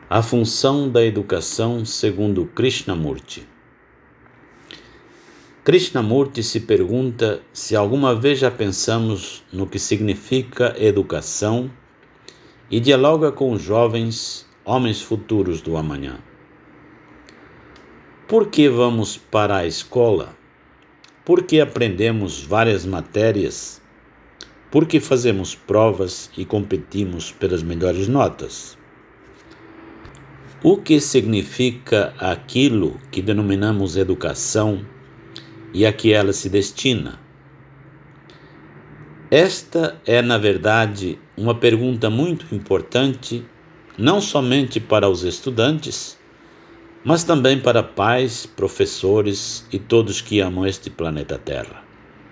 A função da educação segundo Krishnamurti. Krishnamurti se pergunta se alguma vez já pensamos no que significa educação e dialoga com os jovens, homens futuros do amanhã. Por que vamos para a escola? Por que aprendemos várias matérias? Por que fazemos provas e competimos pelas melhores notas? O que significa aquilo que denominamos educação e a que ela se destina? Esta é, na verdade, uma pergunta muito importante, não somente para os estudantes, mas também para pais, professores e todos que amam este planeta Terra.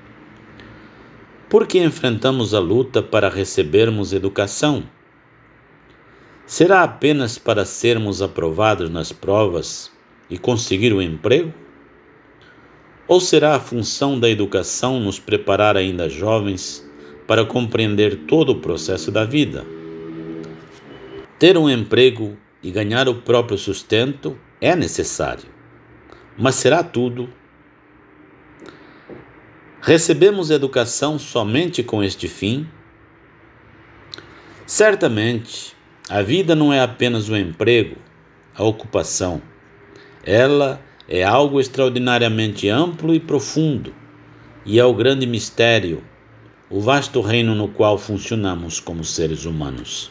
Por que enfrentamos a luta para recebermos educação? Será apenas para sermos aprovados nas provas e conseguir um emprego? Ou será a função da educação nos preparar ainda jovens para compreender todo o processo da vida? Ter um emprego e ganhar o próprio sustento é necessário, mas será tudo? Recebemos educação somente com este fim? Certamente, a vida não é apenas o emprego, a ocupação. Ela é algo extraordinariamente amplo e profundo, e é o grande mistério, o vasto reino no qual funcionamos como seres humanos.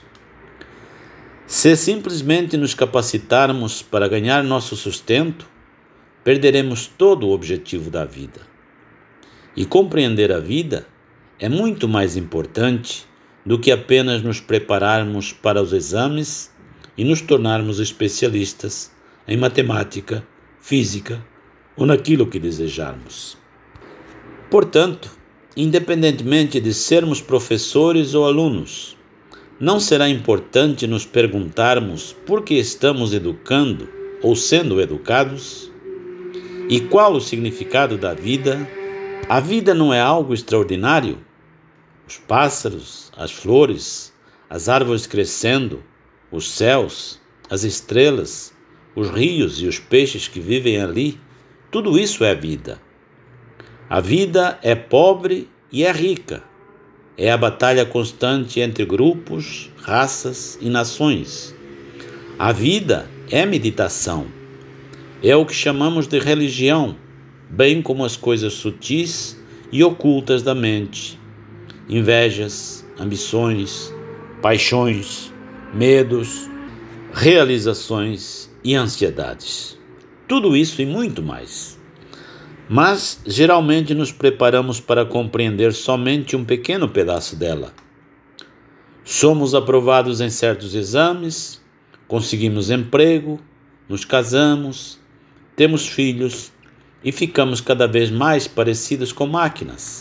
Se simplesmente nos capacitarmos para ganhar nosso sustento, perderemos todo o objetivo da vida. E compreender a vida é muito mais importante do que apenas nos prepararmos para os exames e nos tornarmos especialistas em matemática, física ou naquilo que desejarmos. Portanto, independentemente de sermos professores ou alunos, não será importante nos perguntarmos por que estamos educando ou sendo educados? E qual o significado da vida? A vida não é algo extraordinário? Os pássaros, as flores, as árvores crescendo, os céus, as estrelas, os rios e os peixes que vivem ali, tudo isso é vida. A vida é pobre e é rica. É a batalha constante entre grupos, raças e nações. A vida é meditação. É o que chamamos de religião, bem como as coisas sutis e ocultas da mente. Invejas, ambições, paixões, medos, realizações e ansiedades. Tudo isso e muito mais. Mas, geralmente, nos preparamos para compreender somente um pequeno pedaço dela. Somos aprovados em certos exames, conseguimos emprego, nos casamos, temos filhos e ficamos cada vez mais parecidos com máquinas.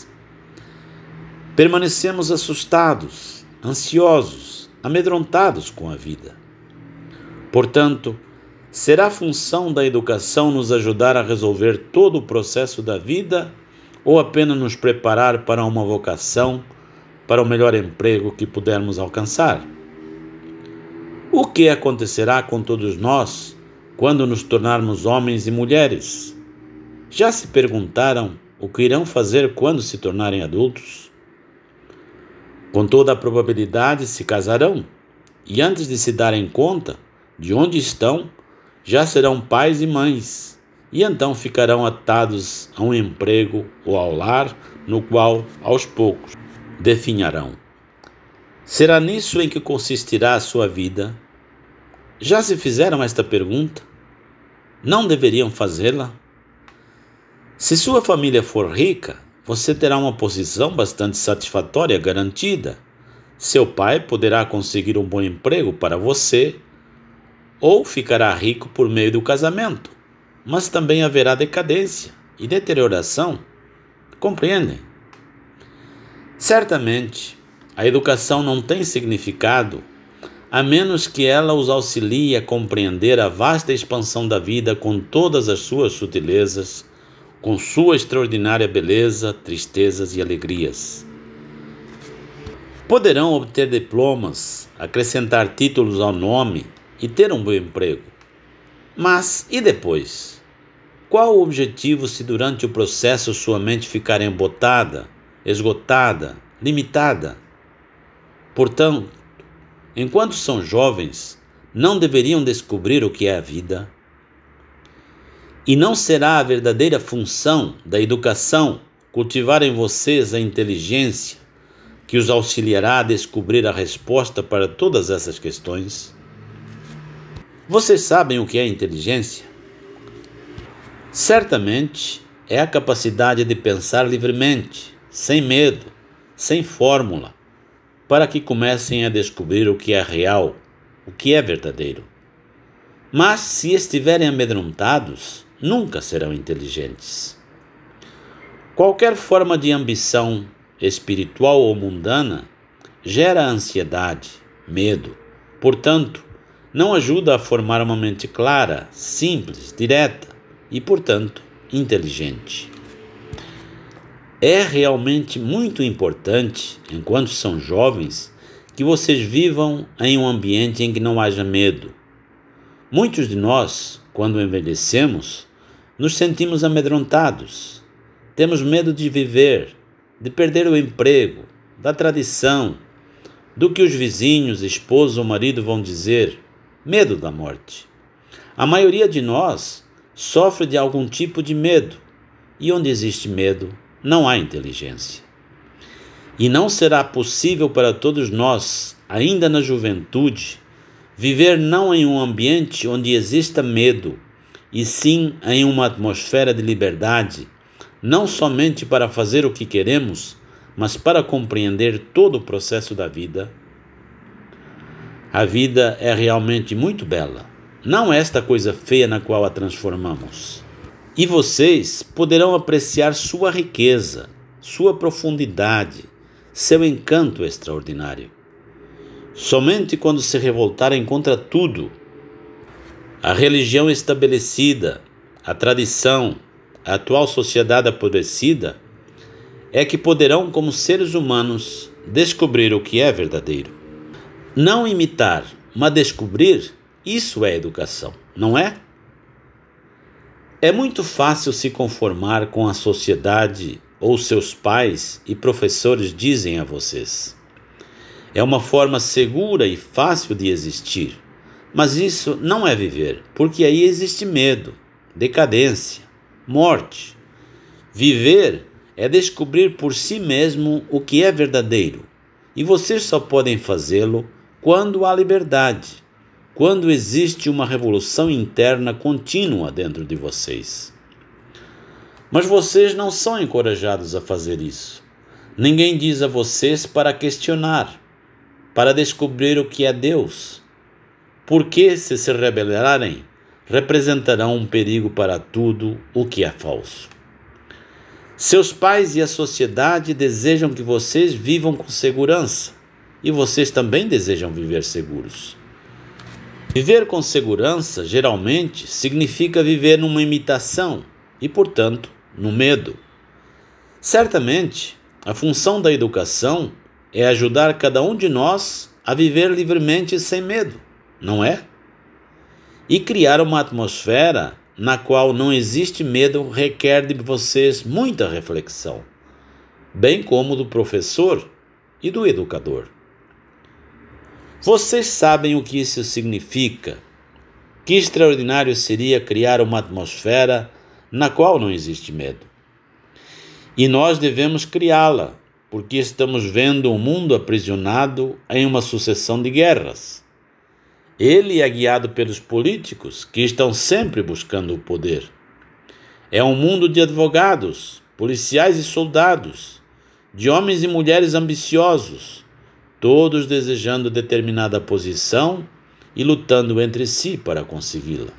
Permanecemos assustados, ansiosos, amedrontados com a vida. Portanto, será função da educação nos ajudar a resolver todo o processo da vida ou apenas nos preparar para uma vocação, para o melhor emprego que pudermos alcançar? O que acontecerá com todos nós quando nos tornarmos homens e mulheres? Já se perguntaram o que irão fazer quando se tornarem adultos? Com toda a probabilidade se casarão e antes de se darem conta de onde estão, já serão pais e mães e então ficarão atados a um emprego ou ao lar no qual, aos poucos, definharão. Será nisso em que consistirá a sua vida? Já se fizeram esta pergunta? Não deveriam fazê-la? Se sua família for rica, você terá uma posição bastante satisfatória garantida. Seu pai poderá conseguir um bom emprego para você ou ficará rico por meio do casamento, mas também haverá decadência e deterioração. Compreendem? Certamente, a educação não tem significado a menos que ela os auxilie a compreender a vasta expansão da vida com todas as suas sutilezas, com sua extraordinária beleza, tristezas e alegrias. Poderão obter diplomas, acrescentar títulos ao nome e ter um bom emprego. Mas e depois? Qual o objetivo se durante o processo sua mente ficar embotada, esgotada, limitada? Portanto, enquanto são jovens, não deveriam descobrir o que é a vida? E não será a verdadeira função da educação cultivar em vocês a inteligência que os auxiliará a descobrir a resposta para todas essas questões? Vocês sabem o que é inteligência? Certamente é a capacidade de pensar livremente, sem medo, sem fórmula, para que comecem a descobrir o que é real, o que é verdadeiro. Mas se estiverem amedrontados, nunca serão inteligentes. Qualquer forma de ambição, espiritual ou mundana, gera ansiedade, medo. Portanto, não ajuda a formar uma mente clara, simples, direta e, portanto, inteligente. É realmente muito importante, enquanto são jovens, que vocês vivam em um ambiente em que não haja medo. Muitos de nós, quando envelhecemos, nos sentimos amedrontados. Temos medo de viver, de perder o emprego, da tradição, do que os vizinhos, esposa ou marido vão dizer, medo da morte. A maioria de nós sofre de algum tipo de medo, e onde existe medo, não há inteligência. E não será possível para todos nós, ainda na juventude, viver não em um ambiente onde exista medo, e sim em uma atmosfera de liberdade, não somente para fazer o que queremos, mas para compreender todo o processo da vida. A vida é realmente muito bela, não esta coisa feia na qual a transformamos. E vocês poderão apreciar sua riqueza, sua profundidade, seu encanto extraordinário. Somente quando se revoltarem contra tudo, a religião estabelecida, a tradição, a atual sociedade apodrecida, é que poderão, como seres humanos, descobrir o que é verdadeiro. Não imitar, mas descobrir, isso é educação, não é? É muito fácil se conformar com a sociedade ou seus pais e professores dizem a vocês. É uma forma segura e fácil de existir, mas isso não é viver, porque aí existe medo, decadência, morte. Viver é descobrir por si mesmo o que é verdadeiro, e vocês só podem fazê-lo quando há liberdade, quando existe uma revolução interna contínua dentro de vocês. Mas vocês não são encorajados a fazer isso. Ninguém diz a vocês para questionar, para descobrir o que é Deus. Porque, se rebelarem, representarão um perigo para tudo o que é falso. Seus pais e a sociedade desejam que vocês vivam com segurança, e vocês também desejam viver seguros. Viver com segurança, geralmente, significa viver numa imitação e, portanto, no medo. Certamente, a função da educação é ajudar cada um de nós a viver livremente e sem medo, não é? E criar uma atmosfera na qual não existe medo requer de vocês muita reflexão, bem como do professor e do educador. Vocês sabem o que isso significa? Que extraordinário seria criar uma atmosfera na qual não existe medo. E nós devemos criá-la, porque estamos vendo o mundo aprisionado em uma sucessão de guerras. Ele é guiado pelos políticos, que estão sempre buscando o poder. É um mundo de advogados, policiais e soldados, de homens e mulheres ambiciosos, todos desejando determinada posição e lutando entre si para consegui-la.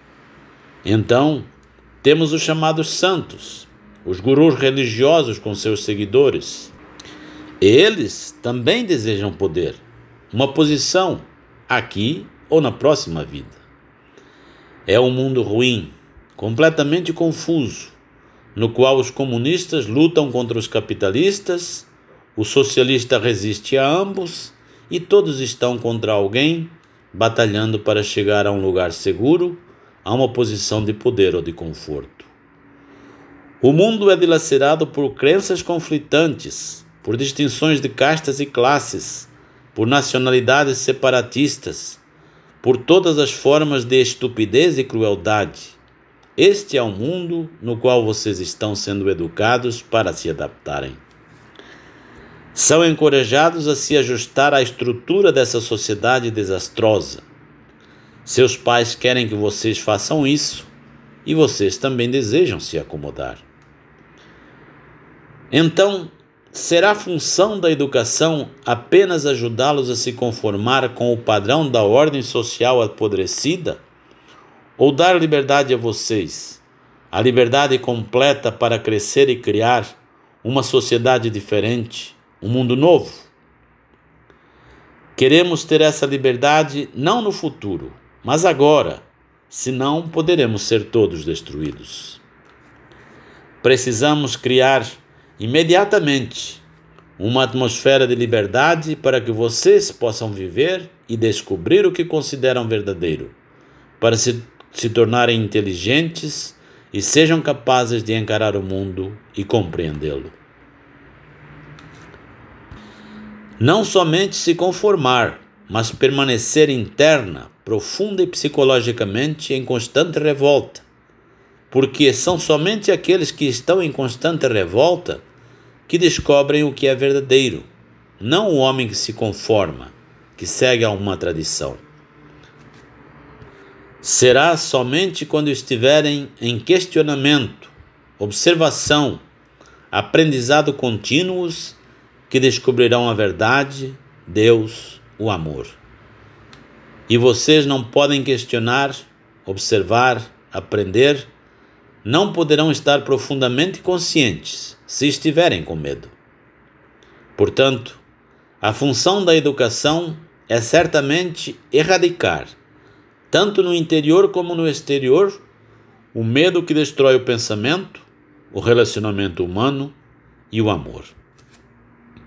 Então, temos os chamados santos, os gurus religiosos com seus seguidores. Eles também desejam poder, uma posição, aqui ou na próxima vida. É um mundo ruim, completamente confuso, no qual os comunistas lutam contra os capitalistas, o socialista resiste a ambos e todos estão contra alguém batalhando para chegar a um lugar seguro, a uma posição de poder ou de conforto. O mundo é dilacerado por crenças conflitantes, por distinções de castas e classes, por nacionalidades separatistas, por todas as formas de estupidez e crueldade. Este é o mundo no qual vocês estão sendo educados para se adaptarem. São encorajados a se ajustar à estrutura dessa sociedade desastrosa. Seus pais querem que vocês façam isso e vocês também desejam se acomodar. Então, será função da educação apenas ajudá-los a se conformar com o padrão da ordem social apodrecida? Ou dar liberdade a vocês, a liberdade completa para crescer e criar uma sociedade diferente, um mundo novo? Queremos ter essa liberdade não no futuro, mas agora, senão poderemos ser todos destruídos. Precisamos criar imediatamente uma atmosfera de liberdade para que vocês possam viver e descobrir o que consideram verdadeiro, para se tornarem inteligentes e sejam capazes de encarar o mundo e compreendê-lo. Não somente se conformar, mas permanecer interna, profunda e psicologicamente em constante revolta, porque são somente aqueles que estão em constante revolta que descobrem o que é verdadeiro, não o homem que se conforma, que segue a uma tradição. Será somente quando estiverem em questionamento, observação, aprendizado contínuos que descobrirão a verdade, Deus, o amor. E vocês não podem questionar, observar, aprender, não poderão estar profundamente conscientes se estiverem com medo. Portanto, a função da educação é certamente erradicar, tanto no interior como no exterior, o medo que destrói o pensamento, o relacionamento humano e o amor.